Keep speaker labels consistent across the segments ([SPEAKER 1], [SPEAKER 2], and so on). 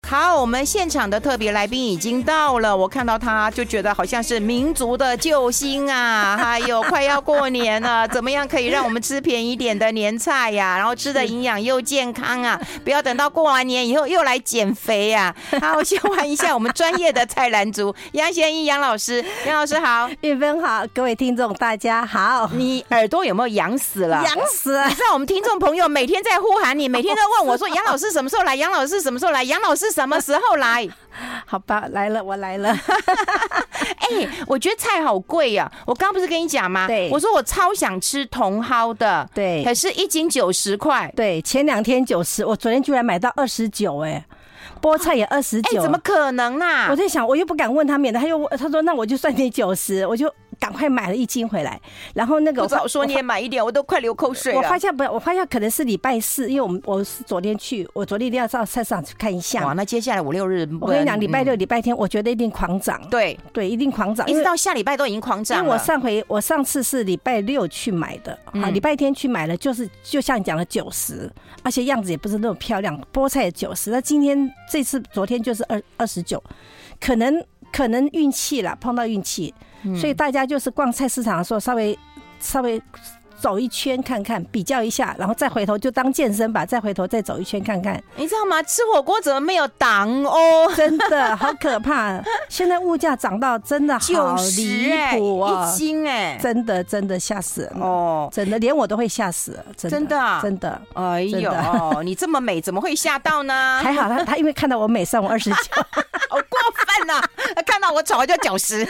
[SPEAKER 1] 好，我们现场的特别来宾已经到了，我看到他就觉得好像是民族的救星啊！还有快要过年了，怎么样可以让我们吃便宜点的年菜呀？然后吃的营养又健康啊，不要等到过完年以后又来减肥呀！好，我先欢迎一下我们专业的菜篮族杨贤一杨老师，杨老师好，
[SPEAKER 2] 玉芬好，各位听众大家好。
[SPEAKER 1] 你耳朵有没有痒死了？
[SPEAKER 2] 痒死了！
[SPEAKER 1] 你知道我们听众朋友每天在呼喊你，每天都问我说杨老师什么时候来？杨老师什么时候来？杨老师什么时候来？
[SPEAKER 2] 好吧，来了，我来了。
[SPEAKER 1] 我觉得菜好贵啊！我刚不是跟你讲吗？
[SPEAKER 2] 对，
[SPEAKER 1] 我说我超想吃茼蒿的，
[SPEAKER 2] 对，
[SPEAKER 1] 可是1斤90块。
[SPEAKER 2] 对，前2天90，我昨天居然买到29，菠菜也29，
[SPEAKER 1] 怎么可能啊？
[SPEAKER 2] 我在想，我又不敢问他，免得他说那我就算你90，我就赶快买了1斤回来。然后那个
[SPEAKER 1] 不早说你也买一点，我都快流口水了。
[SPEAKER 2] 我发现可能是礼拜4，因为我是昨天去，我昨天一定要到菜市场去看一下。
[SPEAKER 1] 哇，那接下来5、6日，
[SPEAKER 2] 我跟你讲，礼拜6、礼拜天，我觉得一定狂涨。
[SPEAKER 1] 对，
[SPEAKER 2] 一定狂涨，
[SPEAKER 1] 一直到下礼拜都已经狂涨了。
[SPEAKER 2] 因为我上次是礼拜6去买的，礼拜天去买了，就像你讲的90，而且样子也不是那么漂亮，菠菜也90。那昨天就是29，可能运气啦，碰到运气，所以大家就是逛菜市场的时候稍微走一圈看看，比较一下，然后再回头就当健身吧，再回头再走一圈看看。
[SPEAKER 1] 你知道吗？吃火锅怎么没有档哦？
[SPEAKER 2] 真的好可怕！现在物价涨到真的好离谱啊，1
[SPEAKER 1] 斤
[SPEAKER 2] 真的吓死人哦！真的连我都会吓死了，真的啊，真的。
[SPEAKER 1] 哎呦，你这么美，怎么会吓到呢？
[SPEAKER 2] 还好他因为看到我美上我29，
[SPEAKER 1] 好过分啊！他看到我丑就90。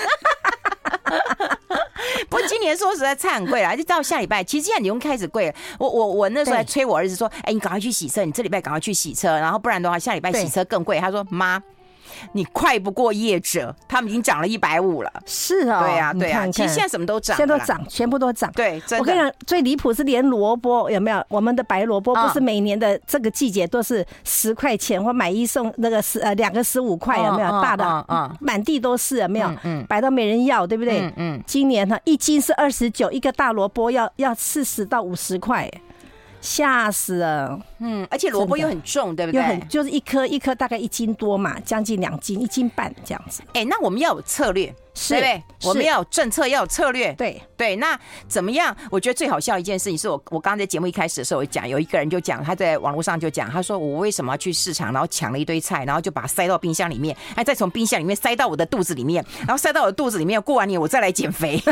[SPEAKER 1] 不过今年说实在菜很贵啦，就到下礼拜，其实现在已经开始贵了。我那时候还催我儿子说：“你赶快去洗车，你这礼拜赶快去洗车，然后不然的话下礼拜洗车更贵。”他说：“妈，你快不过业者，他们已经涨了150了。”
[SPEAKER 2] 是啊，
[SPEAKER 1] 对啊，其实现在什么都涨，
[SPEAKER 2] 现在都涨，全部都涨。
[SPEAKER 1] 对，真的。
[SPEAKER 2] 我跟你讲，最离谱是连萝卜有没有？我们的白萝卜不是每年的这个季节都是10块钱，或买1送那个2个15块，有没有？大的满地都是，有没有？摆到没人要，对不对？今年呢，1斤是29，一个大萝卜要40到50块。吓死了，
[SPEAKER 1] 而且萝卜又很重，对不对？
[SPEAKER 2] 就是一颗大概1斤多嘛，将近2斤，1斤半这样子。
[SPEAKER 1] 那我们要有策略，对不对？我们要有政策，要有策略。对，那怎么样？我觉得最好笑一件事情是我刚刚在节目一开始的时候，我讲有一个人就讲，他在网络上就讲，他说我为什么要去市场，然后抢了一堆菜，然后就把它塞到冰箱里面，再从冰箱里面塞到我的肚子里面，然后塞到我的肚子里面，过完年我再来减肥。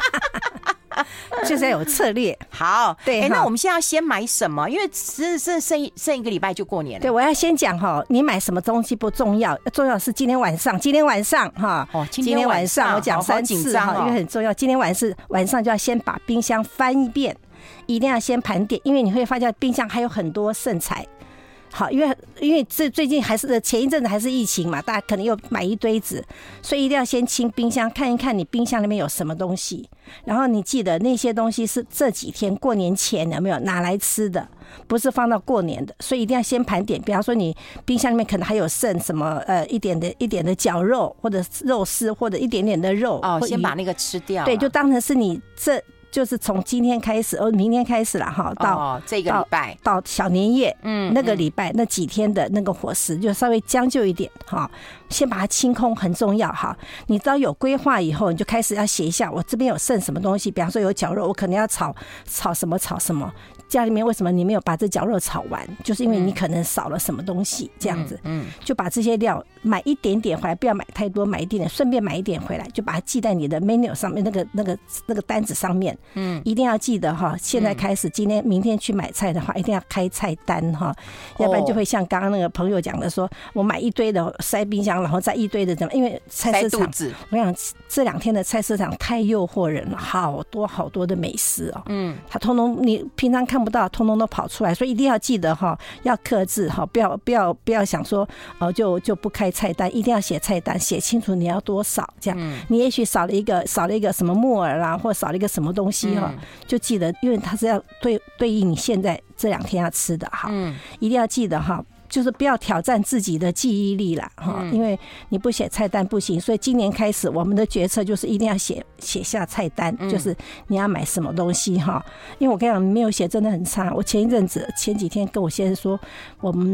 [SPEAKER 2] 就是要有策略。
[SPEAKER 1] 好，对，那我们现在要先买什么？因为剩一个礼拜就过年了。
[SPEAKER 2] 对，我要先讲你买什么东西不重要，重要是今天晚上哈。今天晚上我讲3次哈，因为很重要。今天晚上就要先把冰箱翻一遍，一定要先盘点，因为你会发现冰箱还有很多剩菜。好，因为最近还是前一阵子还是疫情嘛，大家可能又买一堆子，所以一定要先清冰箱，看一看你冰箱里面有什么东西，然后你记得那些东西是这几天过年前有没有拿来吃的，不是放到过年的，所以一定要先盘点。比方说你冰箱里面可能还有剩什么一点的绞肉或者肉丝或者一点点的肉
[SPEAKER 1] 先把那个吃掉。
[SPEAKER 2] 对，就当成是你就是从今天开始，明天开始了哈，到
[SPEAKER 1] 这个礼拜，
[SPEAKER 2] 到小年夜，那个礼拜那几天的那个伙食就稍微将就一点哈，先把它清空很重要哈。你只要有规划以后，你就开始要写一下，我这边有剩什么东西，比方说有绞肉，我可能要炒什么，家里面为什么你没有把这绞肉炒完，就是因为你可能少了什么东西，这样子，就把这些料买一点点回来，不要买太多，买一点点，顺便买一点回来，就把它记在你的 menu 上面，那个单子上面。一定要记得哈，现在开始，明天去买菜的话，一定要开菜单哈，要不然就会像刚刚那个朋友讲的说，我买一堆的塞冰箱，然后再一堆的怎么？因为菜市场，我想这2天的菜市场太诱惑人了，好多的美食哦，它通通你平常看不到，通通都跑出来，所以一定要记得哈，要克制哈，不要想说就不开菜单，一定要写菜单，写清楚你要多少，这样，你也许少了一个什么木耳啦，或少了一个什么东西哈，就记得，因为它是要对应你现在这2天要吃的哈，一定要记得哈，就是不要挑战自己的记忆力啦哈，因为你不写菜单不行，所以今年开始我们的决策就是一定要写下菜单，就是你要买什么东西哈，因为我跟你讲没有写真的很差，我前几天跟我先生说，我们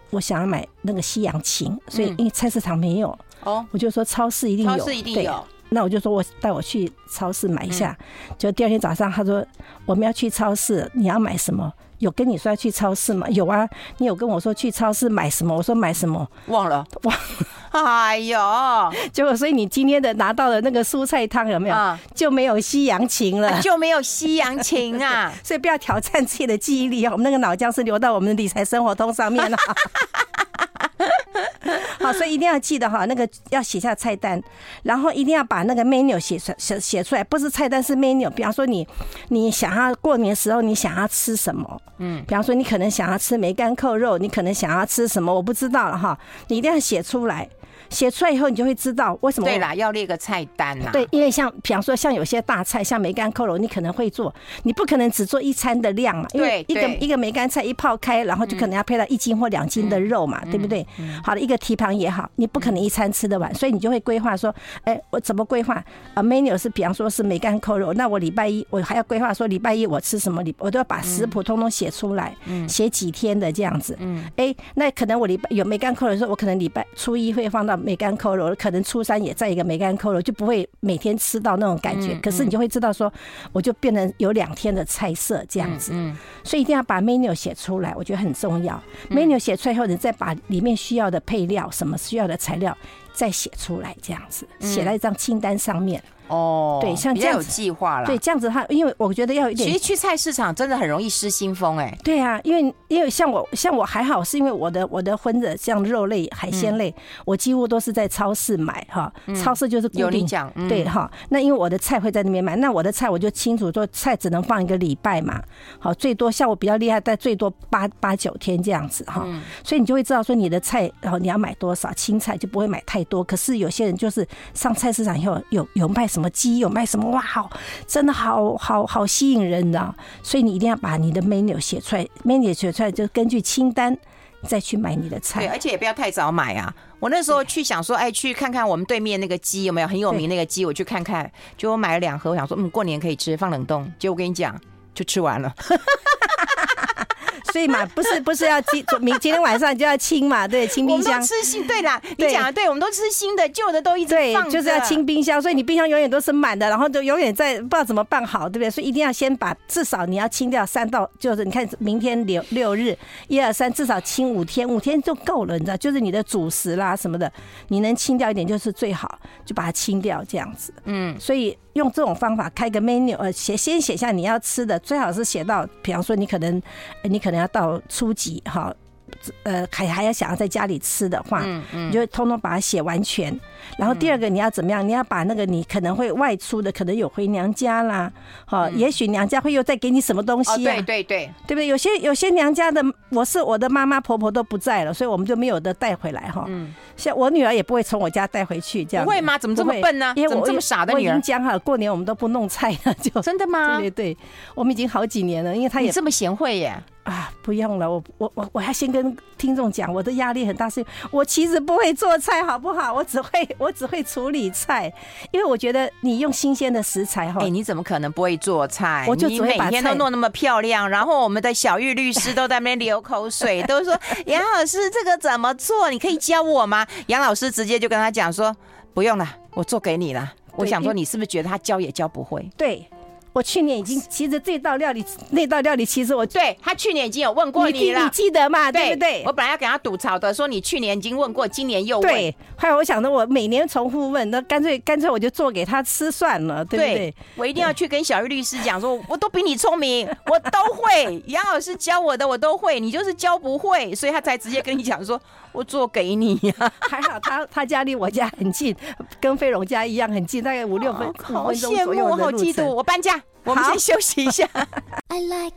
[SPEAKER 2] 我想要买那个西洋芹，所以因为菜市场没有，我就说超市一定有，
[SPEAKER 1] 超市一定有。
[SPEAKER 2] 那我就说带我去超市买一下，就第二天早上他说我们要去超市，你要买什么？有跟你说要去超市吗？有啊，你有跟我说去超市买什么？我说买什么？
[SPEAKER 1] 忘了。哎呦，
[SPEAKER 2] 结果所以你今天的拿到的那个蔬菜汤有没有？就没有西洋芹了，
[SPEAKER 1] 就没有西洋芹啊！
[SPEAKER 2] 所以不要挑战自己的记忆力，我们那个脑浆是流到我们的理财生活通上面了。好，所以一定要记得哈，那个要写下菜单，然后一定要把那个 menu 写出来，不是菜单是 menu。比方说你想要过年的时候你想要吃什么，比方说你可能想要吃梅干扣肉，你可能想要吃什么，我不知道了哈，你一定要写出来。写出来以后，你就会知道为什么。
[SPEAKER 1] 对啦，要列个菜单啦。
[SPEAKER 2] 对，因为比方说像有些大菜，像梅干扣肉，你可能会做，你不可能只做一餐的量嘛，因为一个梅干菜一泡开，然后就可能要配到1斤或2斤的肉嘛，对不对？好的，一个蹄膀也好，你不可能一餐吃得完，所以你就会规划说，我怎么规划？menu 是比方说是梅干扣肉，那我礼拜一我还要规划说礼拜一我吃什么，我都要把食谱通通写出来，写几天的这样子。那可能我礼拜有梅干扣肉的时候，我可能礼拜初一会放到梅干扣肉，可能初三也在一个梅干扣肉，就不会每天吃到那种感觉。可是你就会知道说，我就变成有2天的菜色这样子。所以一定要把 menu 写出来，我觉得很重要。menu 写出来后，你再把里面需要的配料、什么需要的材料再写出来，这样子写在一张清单上面。对，像这样
[SPEAKER 1] 比较有计划啦。
[SPEAKER 2] 对，这样子因为我觉得要有一点。
[SPEAKER 1] 其实去菜市场真的很容易失心疯
[SPEAKER 2] 对啊，因为像我还好，是因为我的荤的像肉类、海鲜类，我几乎都是在超市买哈。超市就是固定。
[SPEAKER 1] 有你讲，
[SPEAKER 2] 对哈。那因为我的菜会在那边买，那我的菜我就清楚说菜只能放1个礼拜嘛。好，最多像我比较厉害，但最多8、9天这样子哈。所以你就会知道说你的菜，然后你要买多少青菜，就不会买太多。可是有些人就是上菜市场以后有卖什么鸡，有卖什么，哇，真的好吸引人的，所以你一定要把你的 menu 写出来 ，menu 写出来就根据清单再去买你的菜。
[SPEAKER 1] 对，而且也不要太早买啊。我那时候去想说，去看看我们对面那个鸡有没有很有名那个鸡，我去看看，结果我买了2盒，我想说，过年可以吃，放冷冻。结果我跟你讲，就吃完了。
[SPEAKER 2] 所以嘛，不是要今天晚上就要清嘛，对，清冰箱。
[SPEAKER 1] 我们都吃新，对啦，你讲的对，我们都吃新的，旧的都一直放着。
[SPEAKER 2] 对，就是要清冰箱，所以你冰箱永远都是满的，然后就永远在不知道怎么办好，对不对？所以一定要先把至少你要清掉3到，就是你看明天6日，1、2、3，至少清5天，5天就够了，你知道，就是你的主食啦什么的，你能清掉一点就是最好，就把它清掉这样子。所以用这种方法开个 menu， 先写下你要吃的，最好是写到，比方说你可能要到初几哈，还要想要在家里吃的话，你就通通把它写完全。然后第二个你要怎么样？你要把那个你可能会外出的，可能有回娘家啦，也许娘家会又再给你什么东西啊？对不对？有些娘家的，我的妈妈婆婆都不在了，所以我们就没有的带回来哈。像我女儿也不会从我家带回去，这样
[SPEAKER 1] 不会吗？怎么这么笨呢？怎么这么傻的女儿？
[SPEAKER 2] 我已经讲好了，过年我们都不弄菜了，就
[SPEAKER 1] 真的吗？
[SPEAKER 2] 对，我们已经好几年了，因为她也
[SPEAKER 1] 这么贤惠耶。
[SPEAKER 2] 不用了，我还先跟听众讲，我的压力很大，是我其实不会做菜，好不好？我只会处理菜，因为我觉得你用新鲜的食材哈。
[SPEAKER 1] 你怎么可能不会做菜？
[SPEAKER 2] 我就只会把
[SPEAKER 1] 你每天都弄那么漂亮，然后我们的小玉律师都在那边流口水，都说杨老师这个怎么做？你可以教我吗？杨老师直接就跟他讲说，不用了，我做给你了。我想说，你是不是觉得他教也教不会？
[SPEAKER 2] 对。我去年已经，其实那道料理，其实
[SPEAKER 1] 对他去年已经有问过你了，
[SPEAKER 2] 你记得嘛？对不对？
[SPEAKER 1] 我本来要给他吐槽的，说你去年已经问过，今年又问。
[SPEAKER 2] 对，后来我想着我每年重复问，那干脆我就做给他吃算了，对不对？
[SPEAKER 1] 我一定要去跟小玉律师讲说，我都比你聪明，我都会，杨老师教我的我都会，你就是教不会，所以他才直接跟你讲说，我做给你呀。
[SPEAKER 2] 还好他家离我家很近，跟飞荣家一样很近，大概5、6分
[SPEAKER 1] 好羡慕，我好嫉妒，我搬家。我们先休息一下。I like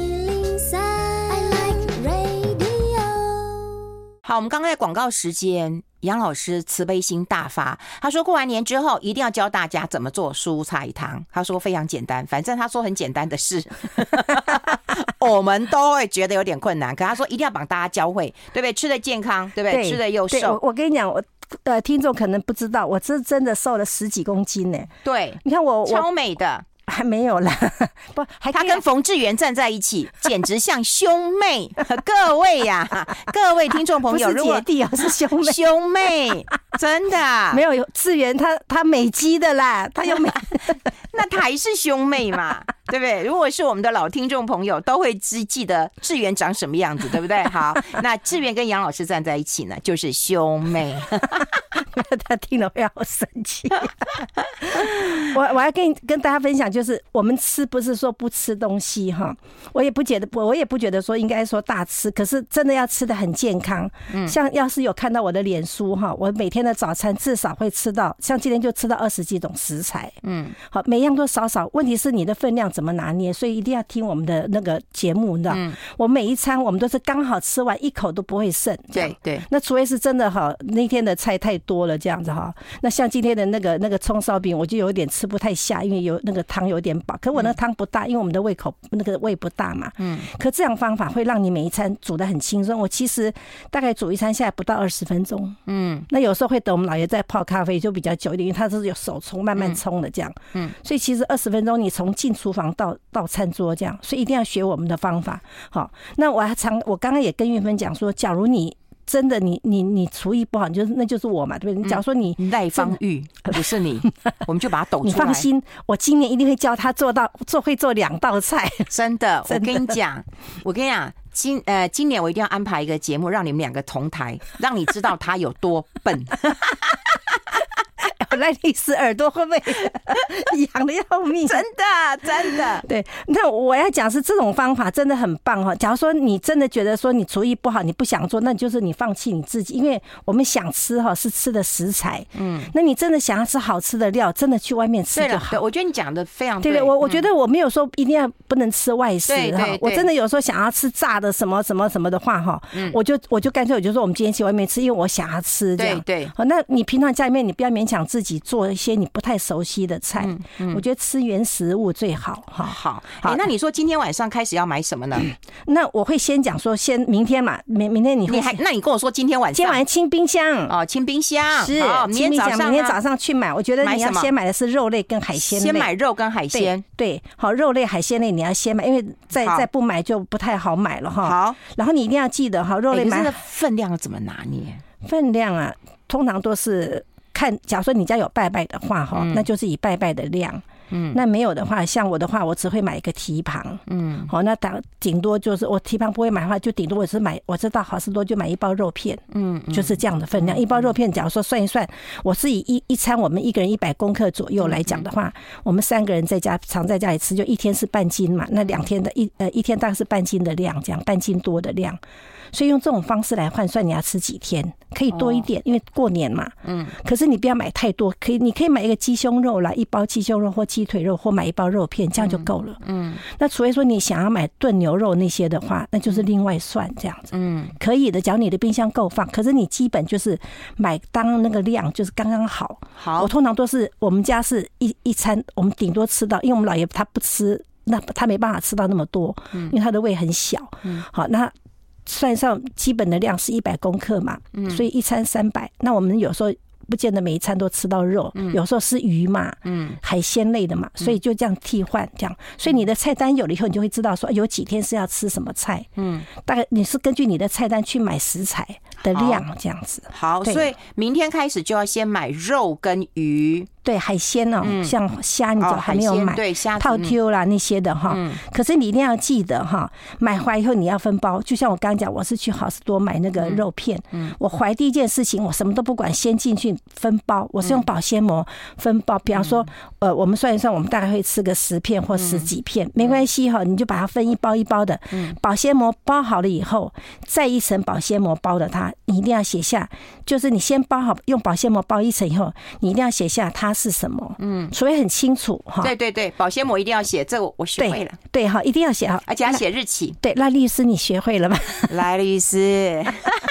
[SPEAKER 1] 103, I like radio。 好，我们刚刚在广告时间，杨老师慈悲心大发，他说过完年之后一定要教大家怎么做蔬菜汤。他说非常简单，反正他说很简单的事我们都会觉得有点困难，可他说一定要帮大家教会，对不对？吃的健康，对不对？吃的又瘦。
[SPEAKER 2] 我跟你讲，听众可能不知道，我真的瘦了10几公斤呢。
[SPEAKER 1] 对，
[SPEAKER 2] 你看我
[SPEAKER 1] 超美的。
[SPEAKER 2] 还没有啦，不，
[SPEAKER 1] 他跟冯志源站在一起，简直像兄妹。各位呀，各位听众朋友，
[SPEAKER 2] 不是姐弟哦，是兄妹，
[SPEAKER 1] 兄妹，真的
[SPEAKER 2] 没有志源他美肌的啦，他有美，
[SPEAKER 1] 那他还是兄妹嘛，对不对？如果是我们的老听众朋友，都会记得志源长什么样子，对不对？好，那志源跟杨老师站在一起呢，就是兄妹。
[SPEAKER 2] 他听了会好生气。我要跟大家分享，就是我们吃不是说不吃东西哈，我也不觉得说应该说大吃，可是真的要吃得很健康。像要是有看到我的脸书哈，我每天的早餐至少会吃到，像今天就吃到20几种食材。好，每样都少少，问题是你的分量怎么拿捏，所以一定要听我们的那个节目，你知道？我每一餐我们都是刚好吃完，一口都不会剩。
[SPEAKER 1] 对对，
[SPEAKER 2] 那除非是真的哈，那天的菜太多了这样子哈。那像今天的那个葱烧饼，我就有点吃不太下，因为有那个汤有点饱，可我那个汤不大，因为我们的胃不大嘛。可这样方法会让你每一餐煮得很轻松。我其实大概煮一餐下来不到20分钟。那有时候会等我们老爷在泡咖啡就比较久一点，因为他是有手冲慢慢冲的这样。所以其实20分钟你从进厨房到餐桌这样，所以一定要学我们的方法。好，那我刚刚也跟运芬讲说，假如你真的你厨艺不好，那就是我嘛，对不对？你假如说你
[SPEAKER 1] 赖芳玉不是你，我们就把它抖出来。
[SPEAKER 2] 你放心，我今年一定会教他会做2道菜。
[SPEAKER 1] 真的，我跟你讲，今年我一定要安排一个节目，让你们2个同台，让你知道他有多笨。
[SPEAKER 2] 赖丽丝耳朵会不会痒的要命？
[SPEAKER 1] 真的。
[SPEAKER 2] 对，那我要讲是这种方法真的很棒哈。假如说你真的觉得说你厨艺不好，你不想做，那就是你放弃你自己，因为我们想吃哈是吃的食材。那你真的想要吃好吃的料，真的去外面吃就好。
[SPEAKER 1] 对，我觉得你讲的非常对。
[SPEAKER 2] 对，我觉得我没有说一定要不能吃外食哈。我真的有时候想要吃炸的什么什么什么的话哈，我就干脆我就说我们今天去外面吃，因为我想要吃这样。
[SPEAKER 1] 对。
[SPEAKER 2] 好，那你平常家里面你不要勉强自己做一些你不太熟悉的菜。我觉得吃原食物最好哈。
[SPEAKER 1] 好，那你说今天晚上开始要买什么呢？
[SPEAKER 2] 那我会先讲说，明天嘛，明天
[SPEAKER 1] 那你跟我说今天晚上
[SPEAKER 2] 清冰箱
[SPEAKER 1] 哦，清冰箱
[SPEAKER 2] 是清冰箱，明天早上去买。我觉得你要先买的是肉类跟海鲜类，
[SPEAKER 1] 先买肉跟海鲜。
[SPEAKER 2] 对，好，肉类海鲜类你要先买，因为再不买就不太好买了哈。
[SPEAKER 1] 好，
[SPEAKER 2] 然后你一定要记得哈，肉类买
[SPEAKER 1] 分量怎么拿捏？
[SPEAKER 2] 分量啊，通常都是看，假如说你家有拜拜的话哈，那就是以拜拜的量。那没有的话，像我的话，我只会买一个蹄膀。好，那顶多就是我蹄膀不会买的话，就顶多我知道好市多就买1包肉片。就是这样的分量。1包肉片，假如说算一算，我是以一餐我们一个人100公克左右来讲的话，我们3个人常在家里吃，就1天是半斤嘛，那2天的一天大概是半斤的量，这样半斤多的量。所以用这种方式来换算，你要吃几天？可以多一点，因为过年嘛。可是你不要买太多，你可以买一个鸡胸肉啦，1包鸡胸肉或鸡腿肉，或买1包肉片，这样就够了。那除非说你想要买炖牛肉那些的话，那就是另外算这样子。可以的，只要你的冰箱够放。可是你基本就是买当那个量就是刚刚好。好，我通常都是我们家是一餐，我们顶多吃到，因为我们老爷他不吃，那他没办法吃到那么多，因为他的胃很小。好，那算上基本的量是100公克嘛，所以一餐300。那我们有时候不见得每一餐都吃到肉，有时候是鱼嘛，海鲜类的嘛，所以就这样替换这样。所以你的菜单有了以后，你就会知道说有几天是要吃什么菜。大概你是根据你的菜单去买食材的量这样子。
[SPEAKER 1] 好，所以明天开始就要先买肉跟鱼。
[SPEAKER 2] 对，海鲜哦，像虾你就还没有买，
[SPEAKER 1] 对，虾
[SPEAKER 2] 套 Q 啦那些的哈。可是你一定要记得哈，买回来以后你要分包。就像我刚刚讲，我是去好市多买那个肉片。我怀第一件事情，我什么都不管，先进去分包。我是用保鲜膜分包。比方说，我们算一算，我们大概会吃个10片或10几片，没关系哈，你就把它分一包一包的。保鲜膜包好了以后，再一层保鲜膜包的它，你一定要写下，就是你先包好，用保鲜膜包一层以后，你一定要写下它是什么，所以很清楚哈。
[SPEAKER 1] 对，保鲜膜一定要写，这我学会了。
[SPEAKER 2] 对哈，一定要写好，
[SPEAKER 1] 而且要写日期。
[SPEAKER 2] 对，赖律师你学会了吗？
[SPEAKER 1] 赖律师，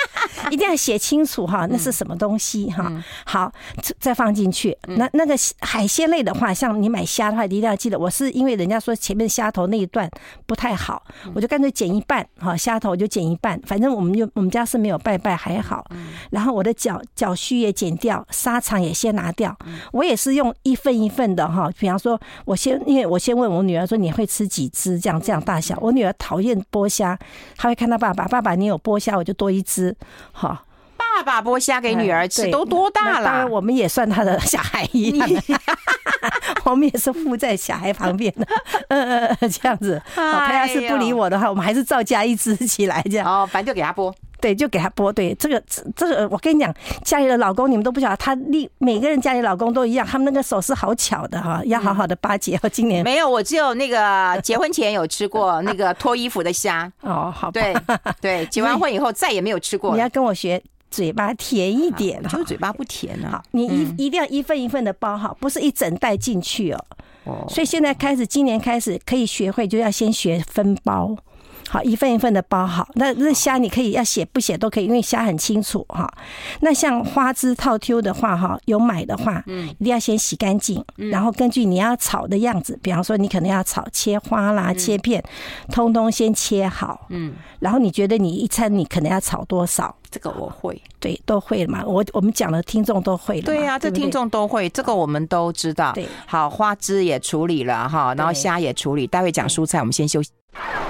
[SPEAKER 2] 一定要写清楚哈，那是什么东西哈。好，再放进去。那个海鲜类的话，像你买虾的话，一定要记得，我是因为人家说前面虾头那一段不太好，我就干脆剪一半哈，虾头我就剪一半，反正我们家是没有拜拜还好。然后我的脚须也剪掉，沙肠也先拿掉。我也是用一份一份的哈，比方说因为我先问我女儿说你会吃几只这样大小。我女儿讨厌剥虾，她会看她爸爸你有剥虾我就多一只哈。
[SPEAKER 1] 爸爸剥虾给女儿吃，都多大了？
[SPEAKER 2] 当然我们也算她的小孩一样，我们也是附在小孩旁边的，这样子。她要是不理我的话，我们还是照加一只起来这样。
[SPEAKER 1] 反正就给她剥。
[SPEAKER 2] 对，就给他剥。对，这个，我跟你讲，家里的老公你们都不晓得，每个人家里老公都一样，他们那个手是好巧的哈，要好好的巴结。今年
[SPEAKER 1] 没有，我只有那个结婚前有吃过那个脱衣服的虾。
[SPEAKER 2] 好吧。
[SPEAKER 1] 对，结完婚以后再也没有吃过。
[SPEAKER 2] 你要跟我学嘴巴甜一点，
[SPEAKER 1] 就是嘴巴不甜啊。
[SPEAKER 2] 好，你一定要一份一份的包好，不是一整袋进去哦。所以现在今年开始可以学会，就要先学分包。好，一份一份的包好。那虾你可以要写不写都可以，因为虾很清楚哈。那像花枝套 Q 的话哈，有买的话，一定要先洗干净，然后根据你要炒的样子，比方说你可能要炒切花啦、切片，通通先切好。然后你觉得你一餐你可能要炒多少？
[SPEAKER 1] 这个我会，
[SPEAKER 2] 对，都会了嘛。我们讲的听众都会了嘛。
[SPEAKER 1] 对啊，这听众都会，这个我们都知道。
[SPEAKER 2] 对，
[SPEAKER 1] 好，花枝也处理了哈，然后虾也处理，待会讲蔬菜，我们先休息。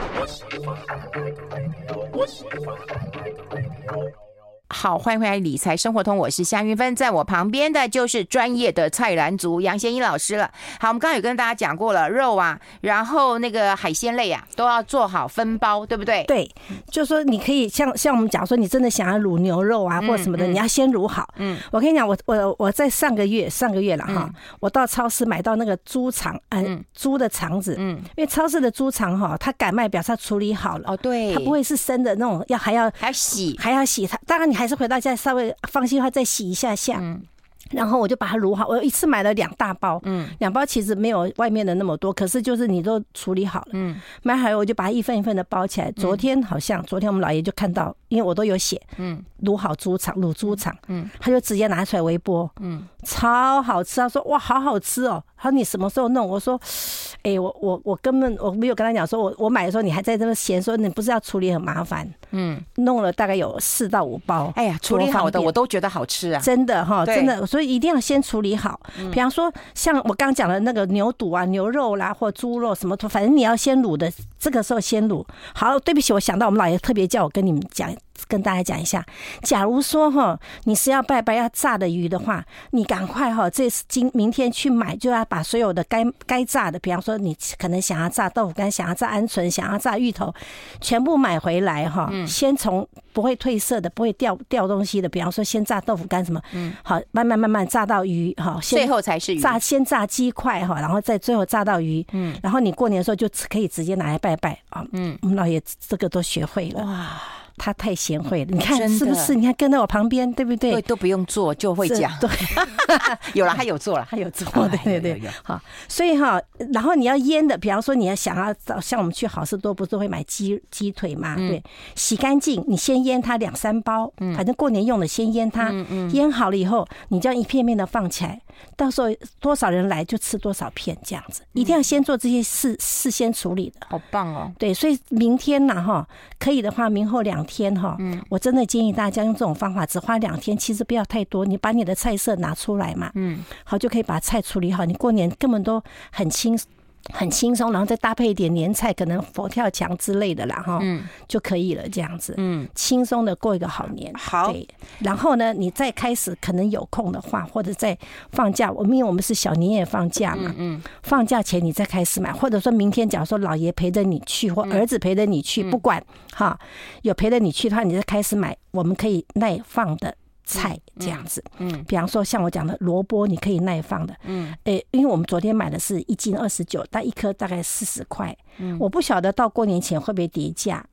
[SPEAKER 1] 好，欢迎回来理财生活通，我是夏云芬，在我旁边的就是专业的菜篮族杨贤一老师了。好，我们刚刚有跟大家讲过了，肉啊，然后那个海鲜类啊，都要做好分包，对不对？
[SPEAKER 2] 对，就是说你可以像我们讲说，你真的想要卤牛肉啊或什么的，你要先卤好。我跟你讲，我在上个月了哈，我到超市买到那个猪肠，猪的肠子，因为超市的猪肠哈，它敢卖表示它处理好了。
[SPEAKER 1] 对，
[SPEAKER 2] 它不会是生的那种，还要洗它。当然你还是回到家稍微放心的话再洗一下。然后我就把它卤好，我一次买了2大包，2包其实没有外面的那么多，可是就是你都处理好了，买好了我就把它一份一份的包起来。昨天我们老爷就看到，因为我都有写，卤好猪肠，他就直接拿出来微波，超好吃。他说哇，好好吃哦。他说你什么时候弄？我说，我根本我没有跟他讲说，我买的时候你还在这么嫌说你不是要处理很麻烦，弄了大概有4到5包。哎呀，
[SPEAKER 1] 处理好的我都觉得好吃啊，
[SPEAKER 2] 真的哈，真的，所以一定要先处理好。比方说像我刚讲的那个牛肚啊、牛肉啦或猪肉什么，反正你要先卤的，这个时候先卤好。对不起，我想到我们老爷特别叫我跟大家讲一下，假如说哈你是要拜拜要炸的鱼的话，你赶快哈明天去买，就要把所有的该炸的，比方说你可能想要炸豆腐干、想要炸鹌鹑、想要炸芋头，全部买回来哈。先从不会褪色的、不会掉东西的，比方说先炸豆腐干什么，好，慢慢炸到鱼哈，
[SPEAKER 1] 最后才是鱼。
[SPEAKER 2] 先炸鸡块哈，然后再最后炸到鱼。然后你过年的时候就可以直接拿来拜拜啊。我们老爷这个都学会了。哇，他太贤惠了，你看是不是？你看跟在我旁边，对不对？
[SPEAKER 1] 对，都不用做就会讲。对，有了，他有做了，
[SPEAKER 2] 对。好，所以哈，然后你要腌的，比方说你要想要像我们去好市多，不是会买鸡腿嘛？对，洗干净，你先腌它2、3包，反正过年用的先腌它，腌好了以后，你这样一片片的放起来，到时候多少人来就吃多少片，这样子，一定要先做这些事先处理的。
[SPEAKER 1] 好棒哦！对，
[SPEAKER 2] 所以明天呐哈，可以的话，明后2天哈，我真的建议大家用这种方法，只花2天，其实不要太多，你把你的菜色拿出来嘛，好就可以把菜处理好，你过年根本都很轻松，然后再搭配一点年菜，可能佛跳墙之类的啦哈，就可以了，这样子，轻松的过一个好年。
[SPEAKER 1] 好，
[SPEAKER 2] 对，然后呢，你再开始可能有空的话，或者在放假，因为我们是小年夜放假嘛，放假前你再开始买，或者说明天假如说老爷陪着你去，或儿子陪着你去，不管哈，有陪着你去的话，你再开始买，我们可以耐放的菜这样子，比方说像我讲的萝卜，你可以耐放的，因为我们昨天买的是1斤29，但1颗大概40块，我不晓得到过年前会不会跌价，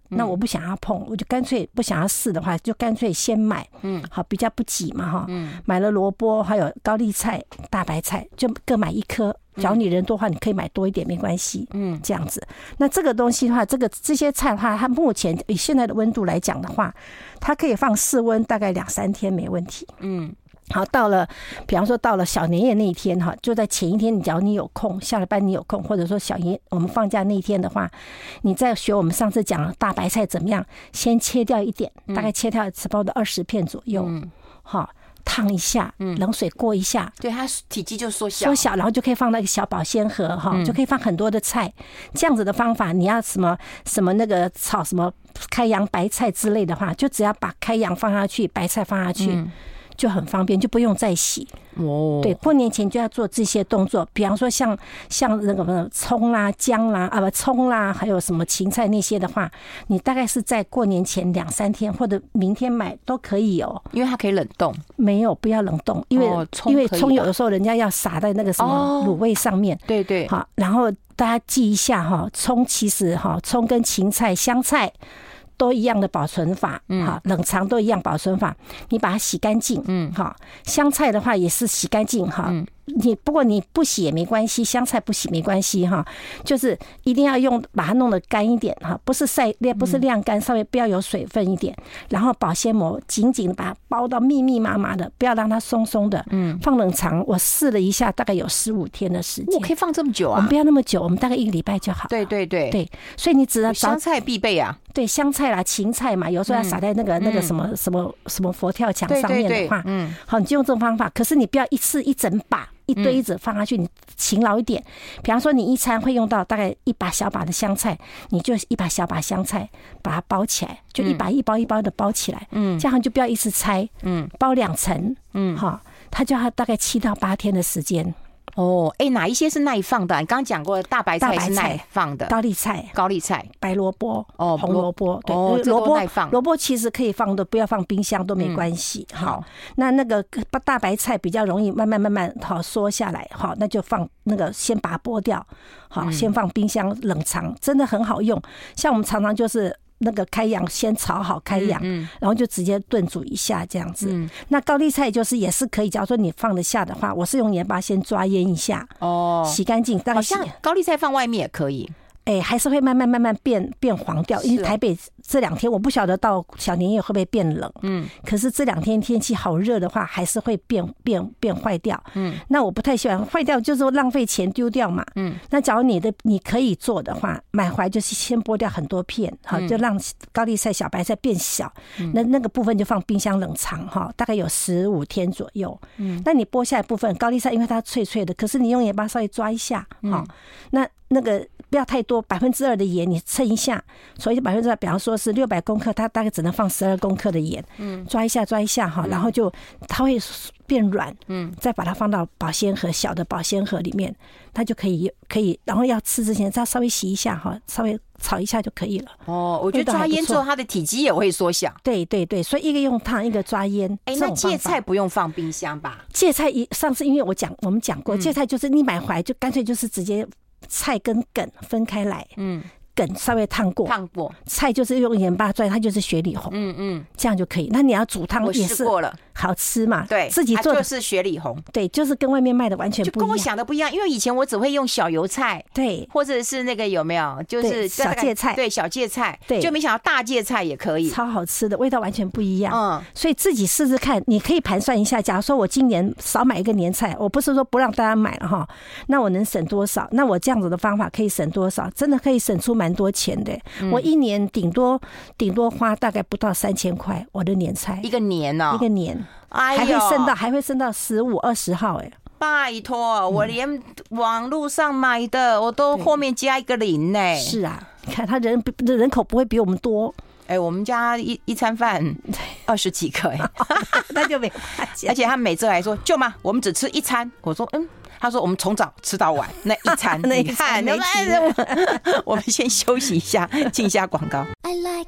[SPEAKER 2] 那我不想要碰，我就干脆不想要试的话，就干脆先买，好比较不急嘛哈。买了萝卜，还有高丽菜、大白菜，就各买1颗。假如你人多的话，你可以买多一点没关系，这样子。那这个东西的话，这些菜的话，它目前以现在的温度来讲的话，它可以放室温大概2-3天没问题。好，比方说到了小年夜那一天哈，就在前一天，假如你有空，下了班你有空，或者说我们放假那一天的话，你再学我们上次讲的大白菜怎么样，先切掉一点，大概切掉差不多20片左右，好。烫一下，冷水过一下，
[SPEAKER 1] 对，它体积就缩小，
[SPEAKER 2] 然后就可以放到一个小保鲜盒哈，就可以放很多的菜。这样子的方法，你要什么那个炒什么开洋白菜之类的话，就只要把开洋放下去，白菜放下去。就很方便，就不用再洗。对，过年前就要做这些动作，比方说像那个葱啦、姜啦葱啦，还有什么芹菜那些的话，你大概是在过年前2-3天或者明天买都可以哦。
[SPEAKER 1] 因为它可以冷冻。
[SPEAKER 2] 没有，不要冷冻，因为葱有的时候人家要撒在那个什么卤味上面。
[SPEAKER 1] 对。
[SPEAKER 2] 好，然后大家记一下哈，葱其实哈，葱跟芹菜、香菜。都一样的保存法，好，冷藏都一样保存法。你把它洗干净，好，香菜的话也是洗干净，哈。不过你不洗也没关系，香菜不洗没关系哈，就是一定要把它弄得干一点哈，不是晾干，稍微不要有水分一点，然后保鲜膜紧紧的把它包到密密麻麻的，不要让它松松的，放冷藏。我试了一下，大概有15天的时间。
[SPEAKER 1] 我可以放这么久啊？
[SPEAKER 2] 我们不要那么久，我们大概1个礼拜就好。
[SPEAKER 1] 对，
[SPEAKER 2] 所以你只要
[SPEAKER 1] 香菜必备啊。
[SPEAKER 2] 对，香菜啦、芹菜嘛，有时候要撒在那个什么佛跳墙上面的话，好，你就用这种方法。可是你不要一次一整把。一堆子放下去，你勤劳一点。比方说，你一餐会用到大概1把小把的香菜，你就1把小把香菜把它包起来，就一包一包的包起来。这样就不要一次拆。包2层。好，它就要大概7到8天的时间。
[SPEAKER 1] 哪一些是耐放的？你刚刚讲过，大白菜是耐放的，高丽菜、
[SPEAKER 2] 白萝卜、红萝卜，对，萝卜其实可以放的，不要放冰箱都没关系。好，那个大白菜比较容易慢慢好缩下来，好，那就放那个先把它剥掉，好，先放冰箱冷藏，真的很好用。像我们常常就是那个开洋先炒好开洋，然后就直接炖煮一下这样子。那高丽菜就是也是可以，假如说你放得下的话，我是用盐巴先抓腌一下，洗干净。
[SPEAKER 1] 好像高丽菜放外面也可以。
[SPEAKER 2] 还是会慢慢变黄掉，因为台北这2天我不晓得到小年夜会不会变冷，可是这2天天气好热的话，还是会变坏掉，那我不太喜欢坏掉，就是浪费钱丢掉嘛，那假如你可以做的话，买回来就是先剥掉很多片，好，就让高丽菜、小白菜变小，那个部分就放冰箱冷藏哈，大概有15天左右，那你剥下来部分高丽菜，因为它脆脆的，可是你用盐巴稍微抓一下，好，那个不要太多，2%的盐你称一下，所以2%，比方说是600公克，它大概只能放12公克的盐，抓一下哈，然后就它会变软，再把它放到保鲜盒，小的保鲜盒里面，它就可以，然后要吃之前再稍微洗一下哈，稍微炒一下就可以了。
[SPEAKER 1] 我觉得抓腌之后它的体积也会缩小。对，
[SPEAKER 2] 所以一个用烫，一个抓腌。
[SPEAKER 1] 那芥菜不用放冰箱吧？
[SPEAKER 2] 芥菜上次因为我们讲过，芥菜就是你买回来就干脆就是直接菜跟梗分开来，梗稍微烫过，菜就是用盐巴抓，它就是雪里红，这样就可以。那你要煮汤也是过了，好吃嘛？
[SPEAKER 1] 对，
[SPEAKER 2] 自己做的
[SPEAKER 1] 就是雪里红，
[SPEAKER 2] 对，就是跟外面卖的完全不一样，就
[SPEAKER 1] 跟我想的不一样。因为以前我只会用小油菜，
[SPEAKER 2] 对，
[SPEAKER 1] 或者是那个有没有，就是
[SPEAKER 2] 小芥菜，
[SPEAKER 1] 对，小芥菜，
[SPEAKER 2] 对，
[SPEAKER 1] 就没想到大芥菜也可以，
[SPEAKER 2] 超好吃的，味道完全不一样。所以自己试试看，你可以盘算一下。假如说我今年少买一个年菜，我不是说不让大家买了哈，那我能省多少？那我这样子的方法可以省多少？真的可以省出蛮多钱的。我一年顶多花大概不到3000块，我的年菜
[SPEAKER 1] 一个年哦，
[SPEAKER 2] 一个年，还会升到15、20号
[SPEAKER 1] 拜托，我连网络上买的我都后面加一个0呢。
[SPEAKER 2] 是啊，你看他人口不会比我们多。
[SPEAKER 1] 我们家一餐饭20几个
[SPEAKER 2] 那就没，
[SPEAKER 1] 而且他每次来说舅妈，我们只吃1餐。我说他说我们从早吃到晚那一餐，你看，我们先休息一下，进一下广告。I like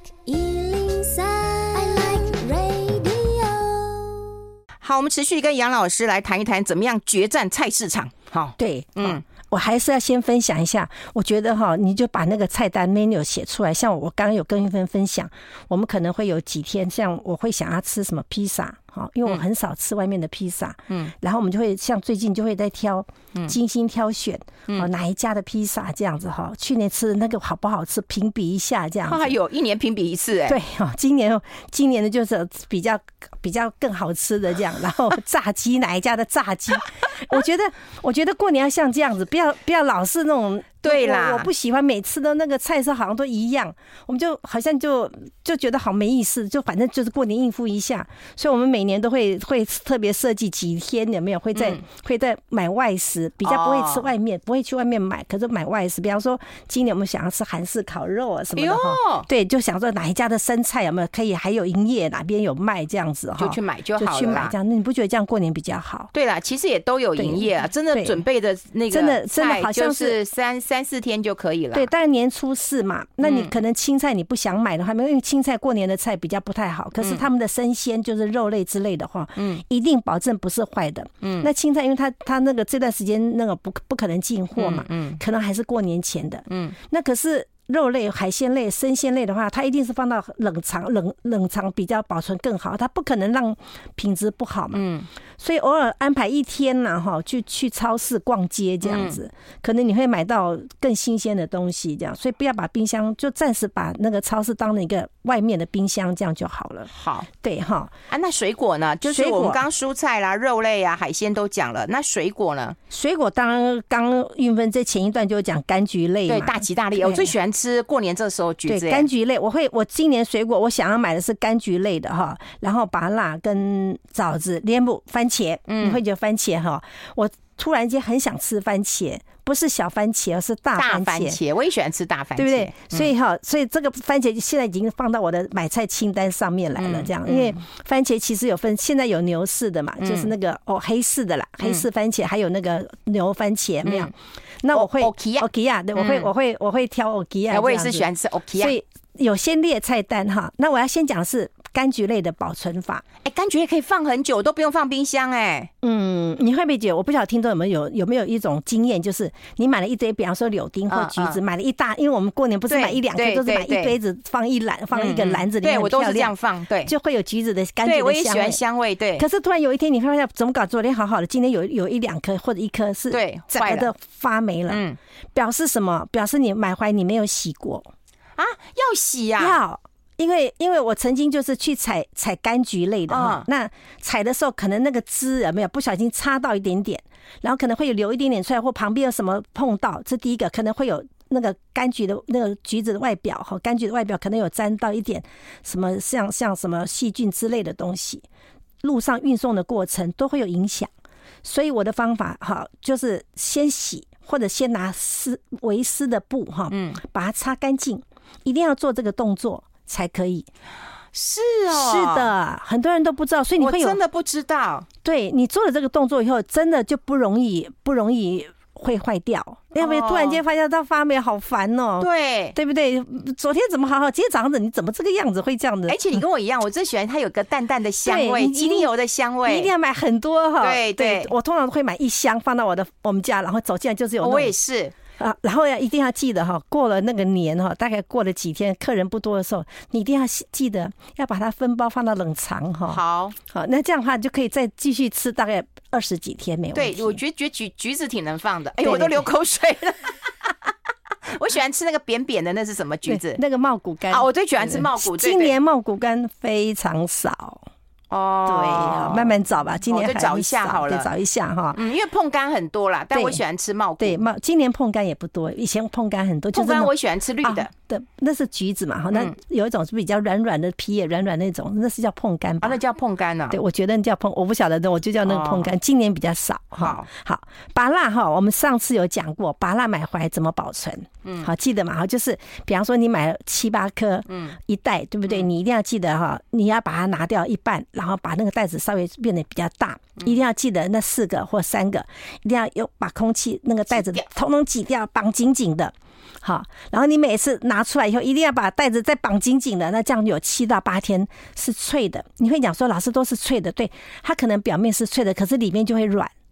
[SPEAKER 1] 103, I like radio。好，我们持续跟杨老师来谈一谈怎么样决战菜市场。好，
[SPEAKER 2] 对， 我还是要先分享一下，我觉得你就把那个菜单 menu 写出来。像我刚刚有跟玉芬分享，我们可能会有几天，像我会想要吃什么披萨，因为我很少吃外面的披萨，然后我们就会像最近就会在精心挑选，哪一家的披萨这样子去年吃的那个好不好吃，评比一下这样子。
[SPEAKER 1] 有一年评比一次，
[SPEAKER 2] 对，今年的就是比较更好吃的这样，然后炸鸡哪一家的炸鸡，我觉得过年要像这样子，不要老是那种。对啦，我不喜欢每次的那个菜色好像都一样，我们就好像就觉得好没意思，就反正就是过年应付一下，所以我们每年都会特别设计几天，有没有会在买外食，比较不会吃外面，不会去外面买，可是买外食，比方说今年我们想要吃韩式烤肉啊什么的对，就想说哪一家的生菜有没有可以还有营业，哪边有卖这样子
[SPEAKER 1] 就去买就好了，
[SPEAKER 2] 就去买这样，那你不觉得这样过年比较好？
[SPEAKER 1] 对啦，其实也都有营业啊，真的准备的那个
[SPEAKER 2] 真的好像
[SPEAKER 1] 是3-4天就可以了。
[SPEAKER 2] 对，大概年初4嘛，那你可能青菜你不想买的话，因为青菜过年的菜比较不太好，可是他们的生鲜就是肉类之类的话，一定保证不是坏的。那青菜因为它那个这段时间那个不可能进货嘛，可能还是过年前的。那可是肉类、海鲜类、生鲜类的话，它一定是放到冷藏比较保存更好，它不可能让品质不好嘛。所以偶尔安排一天啦，去超市逛街这样子，可能你会买到更新鲜的东西，这样。所以不要把冰箱就暂时把那个超市当成一个外面的冰箱，这样就好了。
[SPEAKER 1] 好，
[SPEAKER 2] 对哈。
[SPEAKER 1] 那水果呢？就是我们刚蔬菜啦、肉类啊、海鲜都讲了，那水果呢？
[SPEAKER 2] 水果当然刚韵芬在前一段就讲柑橘类嘛，
[SPEAKER 1] 对，大吉大利。我最喜欢吃过年这时候橘子。
[SPEAKER 2] 对，柑橘类，我今年水果我想要买的是柑橘类的哈，然后芭乐跟枣子、莲雾、番茄。你会觉得番茄哈，我突然间很想吃番茄，不是小番茄，而是大番茄。
[SPEAKER 1] 我也喜欢吃大番茄，
[SPEAKER 2] 对不对？所以这个番茄现在已经放到我的买菜清单上面来了。这样，因为番茄其实有分，现在有牛式的嘛，就是那个黑式的啦，黑式番茄，还有那个牛番茄，没有？那我会欧基亚，对，我会挑欧基亚。
[SPEAKER 1] 我也是喜欢吃欧基亚，
[SPEAKER 2] 所以有先列菜单哈。那我要先讲的是柑橘类的保存法。
[SPEAKER 1] 柑橘类可以放很久，都不用放冰箱
[SPEAKER 2] 你会不会觉得？我不晓得听众有没有一种经验，就是你买了一堆，比方说柳丁或橘子，买了一大，因为我们过年不是买1-2颗，都是买一杯子放一个篮子里面，
[SPEAKER 1] 对我都是这样放，对，
[SPEAKER 2] 就会有橘子的柑橘的香味。
[SPEAKER 1] 对，我也喜欢香味，对。
[SPEAKER 2] 可是突然有一天你会发现，怎么搞？昨天好好的，今天有1-2颗或者1颗是整个的发霉了，表示什么？表示你买回来你没有洗过
[SPEAKER 1] 啊？要洗啊？
[SPEAKER 2] 要。因为我曾经就是去采柑橘类的哈，那采的时候可能那个枝有没有不小心插到一点点，然后可能会有流一点点出来，或旁边有什么碰到，这第一个可能会有那个柑橘的那个橘子的外表哈，柑橘的外表可能有沾到一点什么像什么细菌之类的东西，路上运送的过程都会有影响，所以我的方法哈就是先洗，或者先拿微湿的布哈，把它擦干净，一定要做这个动作才可以。
[SPEAKER 1] 是哦，
[SPEAKER 2] 是的，很多人都不知道，所以你会有，
[SPEAKER 1] 我真的不知道。对，
[SPEAKER 2] 你做了这个动作以后，真的就不容易会坏掉，要不然突然间发现它发霉，好烦哦。对，对不对？昨天怎么好好，今天早上你怎么这个样子会这样的？
[SPEAKER 1] 而且你跟我一样，我最喜欢它有个淡淡的香味，精油的香味。
[SPEAKER 2] 你一定要买很多哈。
[SPEAKER 1] 对，
[SPEAKER 2] 我通常会买1箱放到我们家，然后走进来就是有。
[SPEAKER 1] 我也是。
[SPEAKER 2] 然后一定要记得哈，过了那个年哈，大概过了几天，客人不多的时候，你一定要记得要把它分包放到冷藏哈。好，那这样的话就可以再继续吃大概20几天没问题。
[SPEAKER 1] 对，我觉得橘子挺能放的，我都流口水了。我喜欢吃那个扁扁的，那是什么橘子？
[SPEAKER 2] 那个茂谷柑
[SPEAKER 1] 我最喜欢吃茂谷。
[SPEAKER 2] 今年茂谷柑非常少。对，慢慢找吧。今年还
[SPEAKER 1] 找一下好了，
[SPEAKER 2] 对，找一下哈。
[SPEAKER 1] 因为碰柑很多啦，但我喜欢吃茂谷。
[SPEAKER 2] 对，今年碰柑也不多，以前碰柑很多。
[SPEAKER 1] 碰柑我喜欢吃绿的。
[SPEAKER 2] 对，那是橘子嘛，那有一种是比较软软的皮也软软那种，那是叫碰柑吧？
[SPEAKER 1] 那叫碰柑啊。
[SPEAKER 2] 对，我觉得叫碰，我不晓得，我就叫那个碰柑。今年比较少哈。好，芭乐哈，我们上次有讲过，芭乐买回来怎么保存？好，记得嘛？就是比方说你买了7-8颗，一袋，对不对？你一定要记得哈，你要把它拿掉一半，然后把那个袋子稍微变得比较大，一定要记得那4个或3个，一定要把空气那个袋子统统挤掉，绑紧紧的。好，然后你每次拿出来以后，一定要把袋子再绑紧紧的，那这样有7到8天是脆的。你会讲说老师都是脆的，对，它可能表面是脆的，可是里面就会软。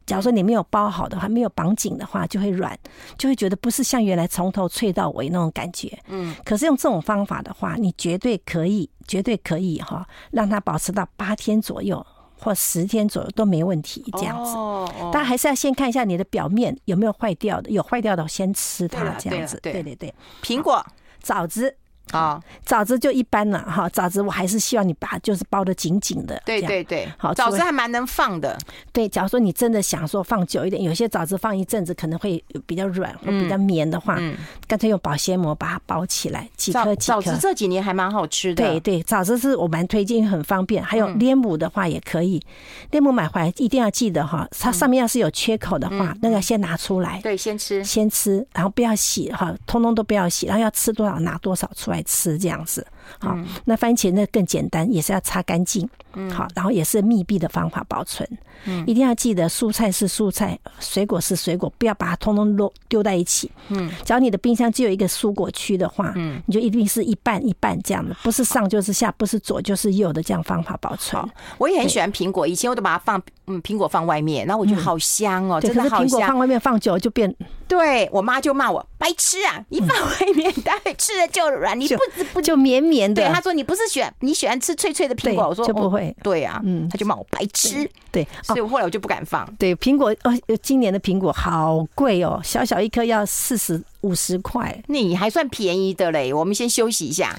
[SPEAKER 2] 假如说你没有包好的话，没有绑紧的话，就会软，就会觉得不是像原来从头脆到尾那种感觉。可是用这种方法的话，你绝对可以哈，让它保持到8天左右或10天左右都没问题，这样子。当然还是要先看一下你的表面有没有坏掉的，有坏掉的先吃它，这样子。对。
[SPEAKER 1] 苹果、
[SPEAKER 2] 枣子。
[SPEAKER 1] 枣
[SPEAKER 2] 子就一般了哈。枣子我还是希望你把就是包得紧紧的。
[SPEAKER 1] 对。好，枣子还蛮能放的。对，
[SPEAKER 2] 假如说你真的想说放久一点，有些枣子放一阵子可能会比较软或比较绵的话，干脆用保鲜膜把它包起来，几颗。
[SPEAKER 1] 枣子这几年还蛮好吃的。
[SPEAKER 2] 对，枣子是我蛮推荐，因为很方便。还有莲母的话也可以，莲母买回来一定要记得哈，它上面要是有缺口的话，那个先拿出来。
[SPEAKER 1] 对，先
[SPEAKER 2] 吃，然后不要洗哈，通通都不要洗，然后要吃多少拿多少出来吃，这样子。好，那番茄呢更简单，也是要擦干净。好，然后也是密闭的方法保存。一定要记得蔬菜是蔬菜，水果是水果，不要把它通通丢在一起。假如你的冰箱只有一个蔬果区的话，你就一定是一半一半这样的，不是上就是下，不是左就是右的这样方法保存。
[SPEAKER 1] 我也很喜欢苹果，以前我都把它放苹果放外面，然后我觉得好香哦，真的好香。
[SPEAKER 2] 可是苹果放外面放久就变，
[SPEAKER 1] 对我妈就骂我白痴啊，一放外面待会吃了就软，你不
[SPEAKER 2] 就绵绵的。
[SPEAKER 1] 对，她说你不是你喜欢吃脆脆的苹果，我说
[SPEAKER 2] 就不会。
[SPEAKER 1] 对啊，她就骂我白痴。
[SPEAKER 2] 对，
[SPEAKER 1] 所以后来我就不敢放。
[SPEAKER 2] 对，苹果今年的苹果好贵哦，小小一颗要40-50块，
[SPEAKER 1] 你还算便宜的嘞。我们先休息一下。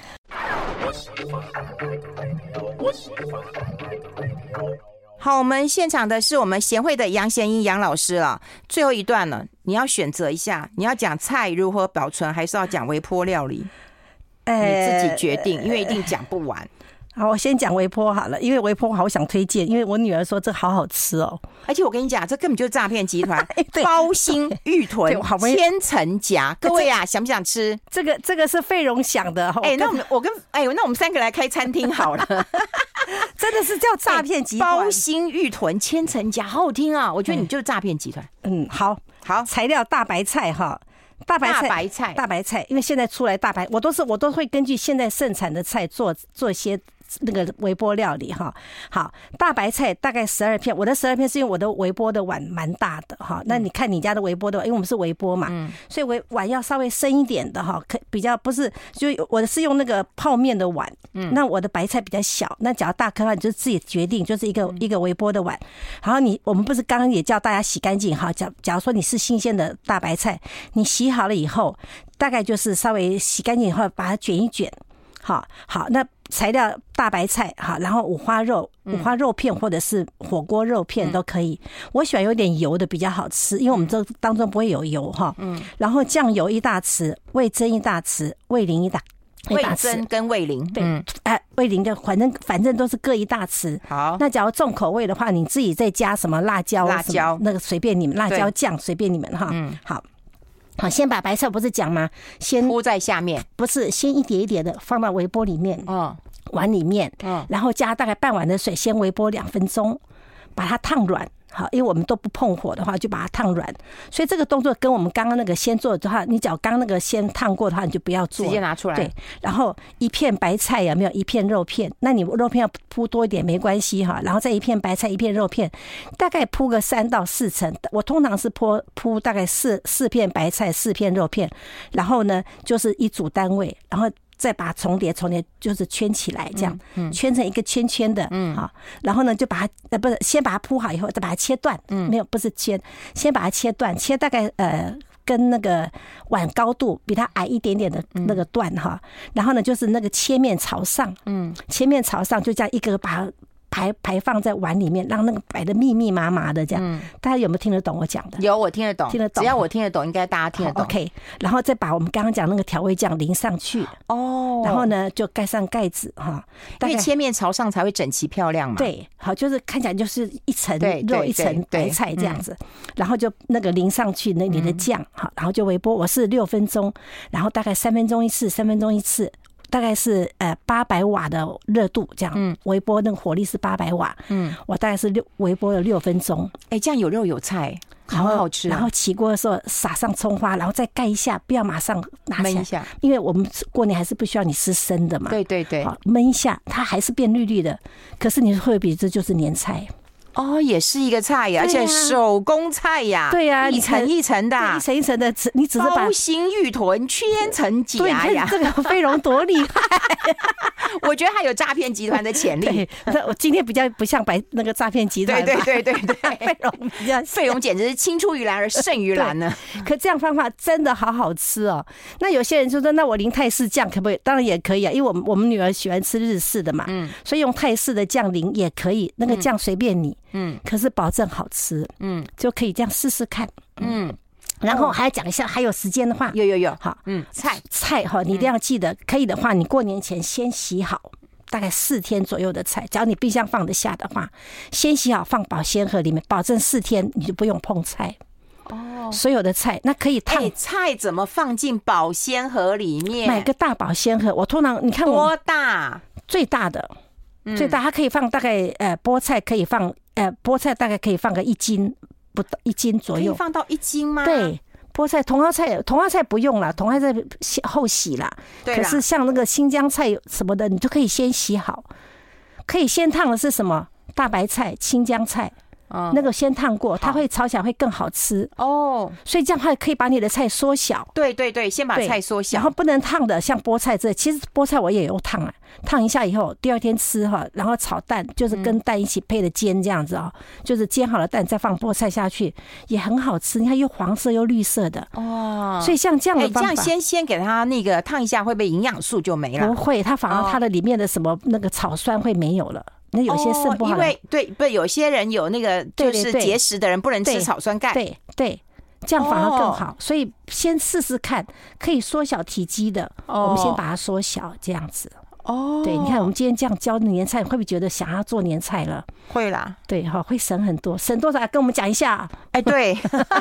[SPEAKER 1] 好，我们现场的是我们贤惠的杨贤英杨老师了。最后一段了，你要选择一下，你要讲菜如何保存，还是要讲微波料理？你自己决定，因为一定讲不完。
[SPEAKER 2] 好，我先讲微波好了，因为微波好想推荐，因为我女儿说这好好吃哦。
[SPEAKER 1] 而且我跟你讲，这根本就是诈骗集团，包心玉豚、千层夹，各位啊，想不想吃？
[SPEAKER 2] 这个是费荣想的。
[SPEAKER 1] 那我们3个来开餐厅好了。
[SPEAKER 2] 真的是叫诈骗集团。
[SPEAKER 1] 包心玉豚、千层夹，好好听啊！我觉得你就是诈骗集团。
[SPEAKER 2] 好，材料大白菜哈。大白菜，因为现在出来大白，我都会根据现在盛产的菜做一些那个微波料理哈。好，大白菜大概12片，我的12片是因为我的微波的碗蛮大的哈。那你看你家的微波的碗，因为我们是微波嘛，所以碗要稍微深一点的哈，比较不是，就我的是用那个泡面的碗。那我的白菜比较小，那假如大颗的话，你就自己决定，就是一个微波的碗。然后我们不是刚刚也叫大家洗干净哈？假如说你是新鲜的大白菜，你洗好了以后，大概就是稍微洗干净以后，把它卷一卷。好，那材料大白菜好，然后五花肉片或者是火锅肉片都可以。我喜欢有点油的比较好吃，因为我们这当中不会有油哈。然后酱油1大匙，味噌1大匙，味淋1大匙。
[SPEAKER 1] 味噌跟味淋，
[SPEAKER 2] 对，味淋的反正都是各1大匙。
[SPEAKER 1] 好，
[SPEAKER 2] 那假如重口味的话，你自己再加什么辣椒那个随便你们，辣椒酱随便你们哈。好，先把白菜不是讲吗？先
[SPEAKER 1] 铺在下面，
[SPEAKER 2] 不是先一碟一碟的放到微波里面，碗里面，然后加大概半碗的水，先微波2分钟，把它烫软。好，因为我们都不碰火的话，就把它烫软。所以这个动作跟我们刚刚那个先做的话，你只要刚刚那个先烫过的话，你就不要做，
[SPEAKER 1] 直接拿出来。
[SPEAKER 2] 对，然后一片白菜有没有？一片肉片，那你肉片要铺多一点没关系哈。然后再一片白菜，一片肉片，大概铺个3到4层。我通常是铺大概四片白菜，4片肉片，然后呢就是一组单位，然后再把它重叠，就是圈起来，这样，圈成一个圈圈的，好，然后呢就把它不是先把它铺好以后，再把它切断，没有不是切，先把它切断，切大概跟那个碗高度比它矮一点点的那个段哈，然后呢就是那个切面朝上，切面朝上就这样一个把它排放在碗里面，让那个摆的密密麻麻的这样。大家有没有听得懂我讲的？
[SPEAKER 1] 有，我听得懂，只要我听得懂，应该大家听得懂。
[SPEAKER 2] OK， 然后再把我们刚刚讲那个调味酱淋上去。然后呢就盖上盖子哈，
[SPEAKER 1] 因为切面朝上才会整齐漂亮嘛。
[SPEAKER 2] 对，好，就是看起来就是一层肉一层白菜这样子，然后就那个淋上去那里的酱，好，然后就微波，我是6分钟，然后大概3分钟一次。大概是800瓦的热度这样，微波那个火力是800瓦，我大概是微波了6分钟。
[SPEAKER 1] 这样有肉有菜，好好吃。
[SPEAKER 2] 然后起锅的时候撒上葱花，然后再盖一下，不要马上拿起来，
[SPEAKER 1] 焖一下，
[SPEAKER 2] 因为我们过年还是不需要你吃生的嘛。
[SPEAKER 1] 对，
[SPEAKER 2] 好，焖一下，它还是变绿绿的，可是你会比这就是年菜。
[SPEAKER 1] 哦，也是一个菜呀，而且手工菜呀。
[SPEAKER 2] 对呀，
[SPEAKER 1] 一层一层的，
[SPEAKER 2] 一层一层的，你只是把
[SPEAKER 1] 包心玉臀千层夹呀。
[SPEAKER 2] 这个飞龙多厉害！
[SPEAKER 1] 我觉得他有诈骗集团的潜力。
[SPEAKER 2] 我今天比较不像那个诈骗集团。
[SPEAKER 1] 对，
[SPEAKER 2] 飞龙比较，
[SPEAKER 1] 费龙简直是青出于蓝而胜于蓝呢。
[SPEAKER 2] 可这样方法真的好好吃哦。那有些人就说，那我淋泰式酱可不可以？当然也可以啊，因为我们女儿喜欢吃日式的嘛，所以用泰式的酱淋也可以，那个酱随便你，可是保证好吃，就可以这样试试看，然后还要讲一下，还有时间的话，
[SPEAKER 1] 有，
[SPEAKER 2] 好，菜哈，你一定要记得，可以的话，你过年前先洗好，大概4天左右的菜，只要你冰箱放得下的话，先洗好放保鲜盒里面，保证4天你就不用碰菜。哦，所有的菜那可以烫。
[SPEAKER 1] 菜怎么放进保鲜盒里面？
[SPEAKER 2] 买个大保鲜盒，我通常你看我
[SPEAKER 1] 多大？
[SPEAKER 2] 最大的，它可以放大概菠菜可以放菠菜大概可以放个1斤，不到1斤左右。
[SPEAKER 1] 可以放到1斤吗？
[SPEAKER 2] 对，菠菜、茼蒿菜不用了，茼蒿菜后洗啦。可是像那个新疆菜什么的，你就可以先洗好。可以先烫的是什么？大白菜、青江菜。那个先烫过，它会炒起来会更好吃哦。所以这样它可以把你的菜缩小。
[SPEAKER 1] 对，先把菜缩小。
[SPEAKER 2] 然后不能烫的，像菠菜其实菠菜我也有烫啊，烫一下以后，第2天吃哈，然后炒蛋就是跟蛋一起配的煎这样子哦，就是煎好了蛋再放菠菜下去，也很好吃。你看又黄色又绿色的哦。所以像这样的方法，
[SPEAKER 1] 这样先给它那个烫一下，会不会营养素就没了？
[SPEAKER 2] 不会，它反而它的里面的什么那个草酸会没有了。那有些肾不好，
[SPEAKER 1] 因为不有些人有那个就是节食的人不能吃草酸钙，
[SPEAKER 2] 对，这样反而更好。所以先试试看，可以缩小体积的，我们先把它缩小，这样子。哦，对，你看我们今天这样教年菜，会不会觉得想要做年菜了？
[SPEAKER 1] 会啦，
[SPEAKER 2] 对哈，会省很多，省多少跟我们讲一下。
[SPEAKER 1] 哎，对。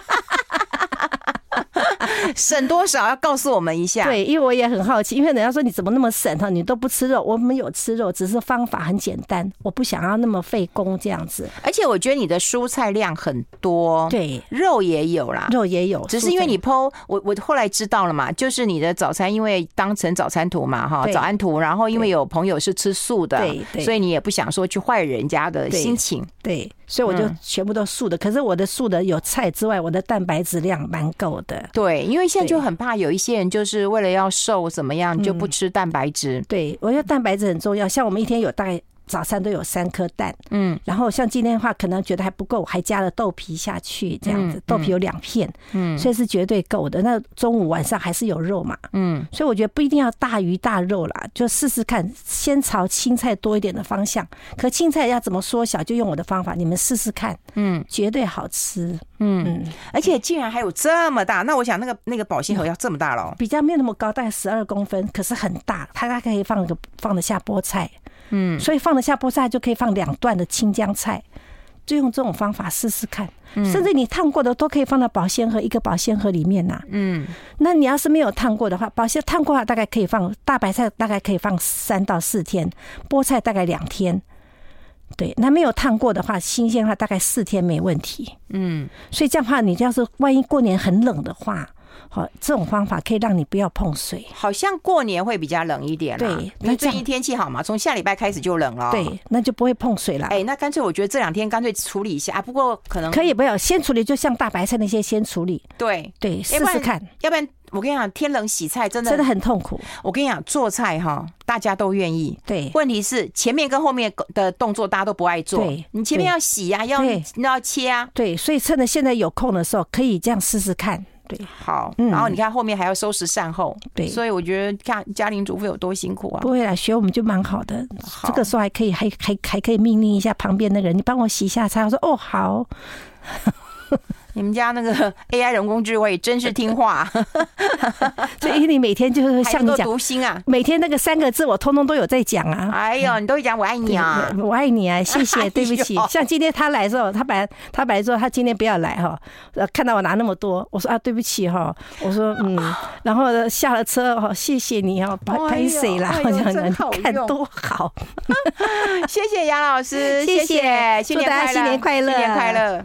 [SPEAKER 1] 省多少要告诉我们一下？
[SPEAKER 2] 对，因为我也很好奇，因为人家说你怎么那么省哈，你都不吃肉，我们有吃肉，只是方法很简单，我不想要那么费工这样子。
[SPEAKER 1] 而且我觉得你的蔬菜量很多，
[SPEAKER 2] 对，
[SPEAKER 1] 肉也有啦，
[SPEAKER 2] 肉也有，
[SPEAKER 1] 只是因为你 po 我后来知道了嘛，就是你的早餐因为当成早餐图嘛哈，早安图，然后因为有朋友是吃素的，所以你也不想说去坏人家的心情，
[SPEAKER 2] 对，所以我就全部都素的。可是我的素的有菜之外，我的蛋白质量蛮够的。
[SPEAKER 1] 对，因为现在就很怕有一些人就是为了要瘦怎么样就不吃蛋白质。
[SPEAKER 2] 对，我觉得蛋白质很重要。像我们一天有大概早餐都有3颗蛋，然后像今天的话，可能觉得还不够，还加了豆皮下去，这样子，豆皮有2片，所以是绝对够的。那中午晚上还是有肉嘛，所以我觉得不一定要大鱼大肉啦，就试试看，先朝青菜多一点的方向。可青菜要怎么缩小，就用我的方法，你们试试看，绝对好吃。
[SPEAKER 1] 而且竟然还有这么大，那我想那个保鲜盒要这么大了，
[SPEAKER 2] 比较没有那么高，大概12公分，可是很大，它大概可以放得下菠菜。所以放得下菠菜就可以放2段的青江菜，就用这种方法试试看。甚至你烫过的都可以放到保鲜盒，一个保鲜盒里面呐。那你要是没有烫过的话，保鲜烫过的大概可以放大白菜，大概可以放3到4天，菠菜大概2天。对，那没有烫过的话，新鲜的话大概4天没问题。所以这样的话，你要是万一过年很冷的话，这种方法可以让你不要碰水。
[SPEAKER 1] 好像过年会比较冷一点啦，对，因为最近天气好嘛，从下礼拜开始就冷了。
[SPEAKER 2] 对，那就不会碰水了。
[SPEAKER 1] 那干脆我觉得这2天干脆处理一下啊。不过可能
[SPEAKER 2] 可以不要先处理，就像大白菜那些先处理。
[SPEAKER 1] 对，
[SPEAKER 2] 试试看。
[SPEAKER 1] 要不然我跟你讲，天冷洗菜真的
[SPEAKER 2] 很痛苦。
[SPEAKER 1] 我跟你讲，做菜哈，大家都愿意。
[SPEAKER 2] 对，
[SPEAKER 1] 问题是前面跟后面的动作大家都不爱做。对，你前面要洗啊，要切啊。
[SPEAKER 2] 对，所以趁着现在有空的时候，可以这样试试看。对，
[SPEAKER 1] 好，然后你看后面还要收拾善后，对，所以我觉得看家庭主妇有多辛苦啊。
[SPEAKER 2] 不会啦，学我们就蛮好的。这个时候还可以命令一下旁边那个人，你帮我洗一下菜。我说哦好。
[SPEAKER 1] 你们家那个 AI 人工智慧真是听话，
[SPEAKER 2] 所以你每天就是像你讲
[SPEAKER 1] 读心啊，
[SPEAKER 2] 每天那个3个字我通通都有在讲啊。
[SPEAKER 1] 哎呦，你都会讲我爱你啊，
[SPEAKER 2] 我爱你啊，谢谢，对不起。像今天他来的时候，他本来说他今天不要来哈，看到我拿那么多，我说啊对不起哈，我说然后下了车哈，谢谢你哈，拍谁啦？我讲你看多好，
[SPEAKER 1] 谢谢杨老师，谢谢，
[SPEAKER 2] 祝大家新年快乐，
[SPEAKER 1] 新年快乐。